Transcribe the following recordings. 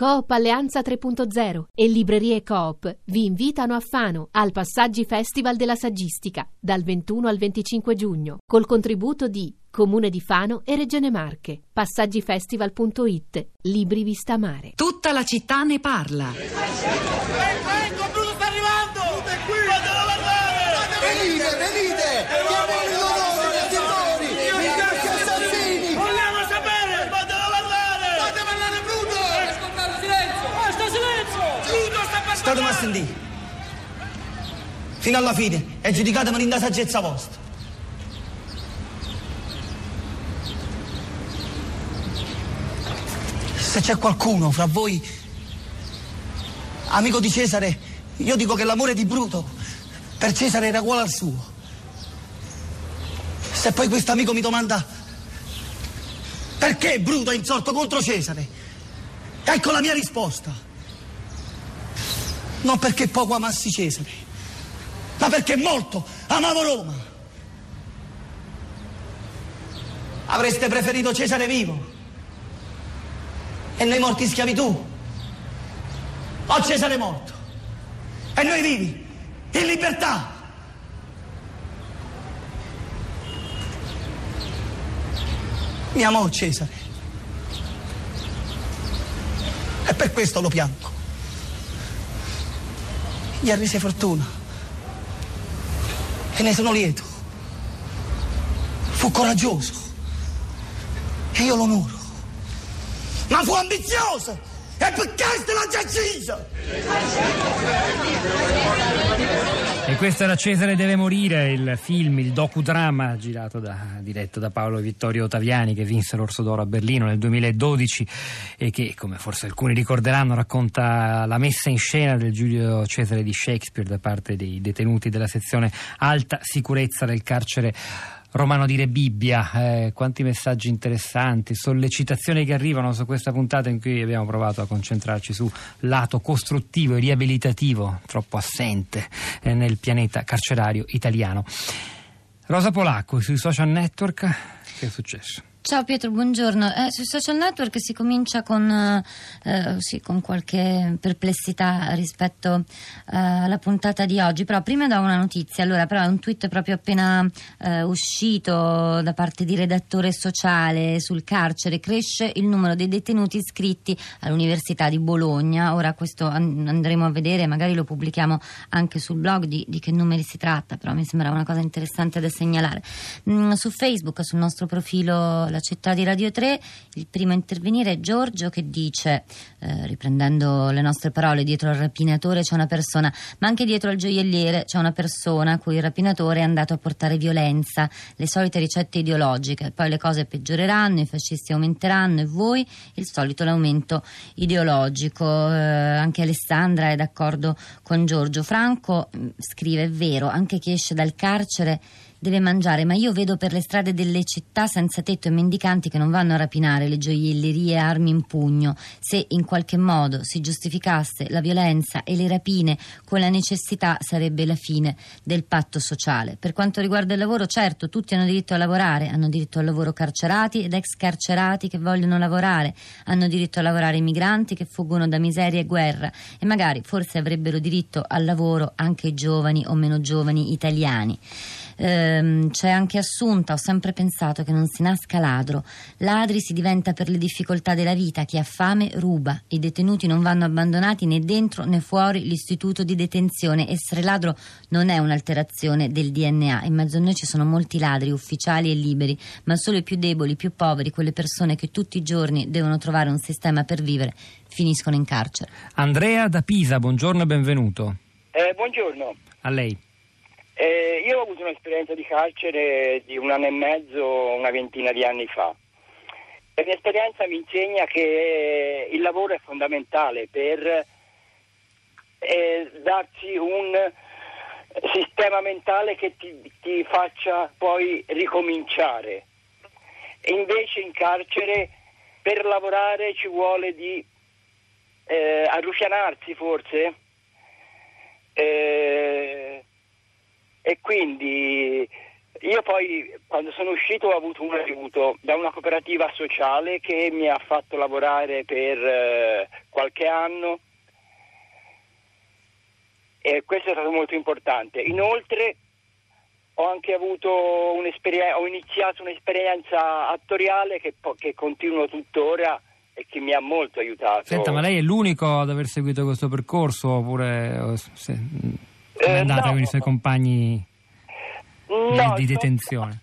Coop Alleanza 3.0 e Librerie Coop vi invitano a Fano al Passaggi Festival della Saggistica dal 21 al 25 giugno col contributo di Comune di Fano e Regione Marche. Passaggifestival.it. Libri vista mare. Tutta la città ne parla. Ecco, Bruno sta arrivando! È qui! Fatelo parlare! Venite! Chiamate l'onore dei genitori! I cacchi assassini! Vogliamo sapere! Fatelo parlare! Fate parlare Bruno! Ascoltate, silenzio! Basta, silenzio! Bruno sta per State a sentire. Fino alla fine e giudicatemelo in da saggezza vostra. Se c'è qualcuno fra voi amico di Cesare, io dico che l'amore di Bruto per Cesare era uguale al suo. Se poi questo amico mi domanda perché Bruto è insorto contro Cesare, ecco la mia risposta. Non perché poco amassi Cesare, ma perché molto amavo Roma. Avreste preferito Cesare vivo e noi morti in schiavitù, o Cesare morto e noi vivi in libertà? Mi amò Cesare e per questo lo piango. Gli arrise fortuna e ne sono lieto. Fu coraggioso e io lo onoro, ma fu ambizioso e per questo l'ho già ucciso. E questo era Cesare deve morire, il film, il docudramma diretto da Paolo e Vittorio Ottaviani, che vinse l'Orso d'Oro a Berlino nel 2012 e che, come forse alcuni ricorderanno, racconta la messa in scena del Giulio Cesare di Shakespeare da parte dei detenuti della sezione alta sicurezza del carcere romano di Rebibbia. Quanti messaggi interessanti, sollecitazioni che arrivano su questa puntata in cui abbiamo provato a concentrarci sul lato costruttivo e riabilitativo troppo assente nel pianeta carcerario italiano. Rosa Polacco, sui social network che è successo? Ciao Pietro, buongiorno. Sui social network si comincia con qualche perplessità rispetto alla puntata di oggi, però prima do una notizia. Allora, però è un tweet proprio appena uscito da parte di Redattore Sociale sul carcere. Cresce il numero dei detenuti iscritti all'Università di Bologna. Ora questo andremo a vedere, magari lo pubblichiamo anche sul blog di che numeri si tratta, però mi sembra una cosa interessante da segnalare. Su Facebook, sul nostro profilo La Città di Radio 3, il primo a intervenire è Giorgio, che dice, riprendendo le nostre parole, dietro al rapinatore c'è una persona, ma anche dietro al gioielliere c'è una persona a cui il rapinatore è andato a portare violenza, le solite ricette ideologiche, poi le cose peggioreranno, i fascisti aumenteranno e voi il solito l'aumento ideologico. Anche Alessandra è d'accordo con Giorgio. Franco scrive: è vero, anche chi esce dal carcere deve mangiare, ma io vedo per le strade delle città senza tetto e mendicanti che non vanno a rapinare le gioiellerie armi in pugno. Se in qualche modo si giustificasse la violenza e le rapine con la necessità, sarebbe la fine del patto sociale. Per quanto riguarda il lavoro, certo, tutti hanno diritto a lavorare, hanno diritto al lavoro carcerati ed ex carcerati che vogliono lavorare, hanno diritto a lavorare i migranti che fuggono da miseria e guerra, e magari forse avrebbero diritto al lavoro anche i giovani o meno giovani italiani. C'è anche Assunta: ho sempre pensato che non si nasca ladro, ladri si diventa per le difficoltà della vita, chi ha fame ruba, i detenuti non vanno abbandonati né dentro né fuori l'istituto di detenzione, essere ladro non è un'alterazione del DNA, in mezzo a noi ci sono molti ladri ufficiali e liberi, ma solo i più deboli, i più poveri, quelle persone che tutti i giorni devono trovare un sistema per vivere, finiscono in carcere. Andrea da Pisa, buongiorno e benvenuto. Buongiorno. A lei. Io ho avuto un'esperienza di carcere di 1 anno e mezzo, una ventina di anni fa. La mia esperienza mi insegna che il lavoro è fondamentale per darsi un sistema mentale che ti faccia poi ricominciare. E invece in carcere per lavorare ci vuole di arruffianarsi forse. E quindi Io poi, quando sono uscito, ho avuto un aiuto da una cooperativa sociale che mi ha fatto lavorare per qualche anno, e questo è stato molto importante. Inoltre ho anche avuto ho iniziato un'esperienza attoriale che continuo tuttora e che mi ha molto aiutato. Senta, ma lei è l'unico ad aver seguito questo percorso, oppure come è andata con i suoi compagni di detenzione?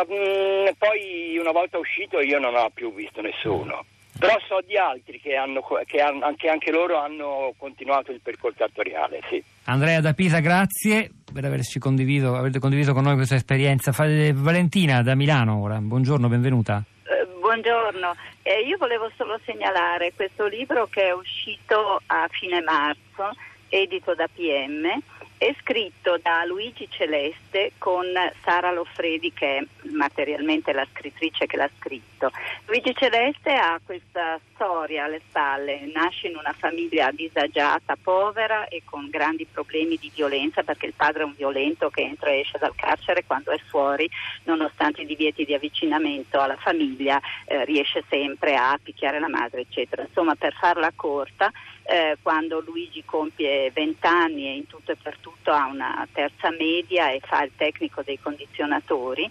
Poi una volta uscito io non ho più visto nessuno, però so di altri che anche loro hanno continuato il percorso attoriale, sì. Andrea da Pisa, grazie per avete condiviso con noi questa esperienza. Valentina da Milano ora, buongiorno, benvenuta. Buongiorno, io volevo solo segnalare questo libro che è uscito a fine marzo, edito da PM, è scritto da Luigi Celeste con Sara Loffredi, che è materialmente la scrittrice che l'ha scritto. Luigi Celeste ha questa storia alle spalle, nasce in una famiglia disagiata, povera e con grandi problemi di violenza, perché il padre è un violento che entra e esce dal carcere, quando è fuori, nonostante i divieti di avvicinamento alla famiglia, riesce sempre a picchiare la madre, eccetera. Insomma, per farla corta, quando Luigi compie 20 anni e in tutto e per tutto ha una terza media e fa il tecnico dei condizionatori,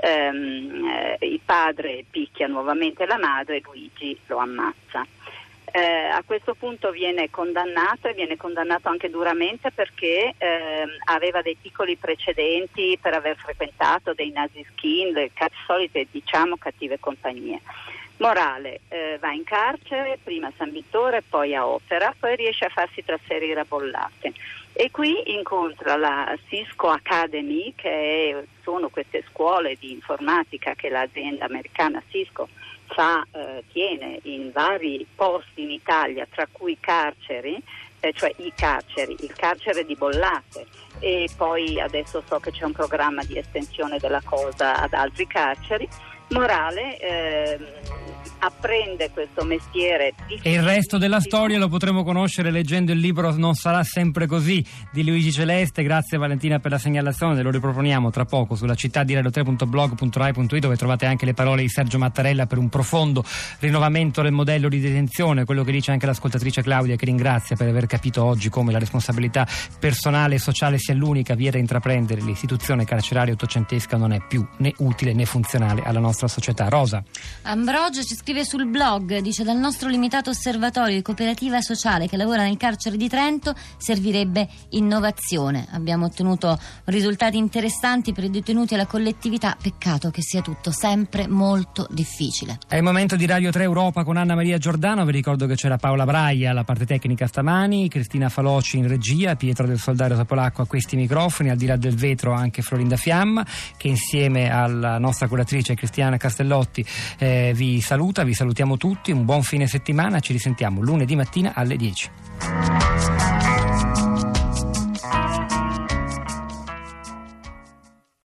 il padre picchia nuovamente la madre e Luigi lo ammazza. A questo punto viene condannato e viene condannato anche duramente perché aveva dei piccoli precedenti per aver frequentato dei nazi skin, le solite cattive compagnie. Morale, va in carcere, prima a San Vittore, poi a Opera, poi riesce a farsi trasferire a Bollate e qui incontra la Cisco Academy, che sono queste scuole di informatica che l'azienda americana Cisco tiene in vari posti in Italia, tra cui carceri, cioè il carcere di Bollate, e poi adesso so che c'è un programma di estensione della cosa ad altri carceri. Morale, apprende questo mestiere difficile. E il resto della storia lo potremo conoscere leggendo il libro Non sarà sempre così di Luigi Celeste. Grazie Valentina per la segnalazione, lo riproponiamo tra poco sulla città di radio3.blog.rai.it, dove trovate anche le parole di Sergio Mattarella per un profondo rinnovamento del modello di detenzione, quello che dice anche l'ascoltatrice Claudia, che ringrazia per aver capito oggi come la responsabilità personale e sociale sia l'unica via da intraprendere. L'istituzione carceraria ottocentesca non è più né utile né funzionale alla nostra società. Rosa Ambrogio ci scrive sul blog, dice: dal nostro limitato osservatorio di cooperativa sociale che lavora nel carcere di Trento servirebbe innovazione. Abbiamo ottenuto risultati interessanti per i detenuti e la collettività, peccato che sia tutto sempre molto difficile. È il momento di Radio 3 Europa con Anna Maria Giordano. Vi ricordo che c'era Paola Braia alla parte tecnica stamani, Cristina Faloci in regia, Pietro del Soldario Topolacco a questi microfoni, al di là del vetro anche Florinda Fiamma, che insieme alla nostra curatrice Cristiana Castellotti vi saluta. Vi salutiamo tutti, un buon fine settimana, ci risentiamo lunedì mattina alle 10.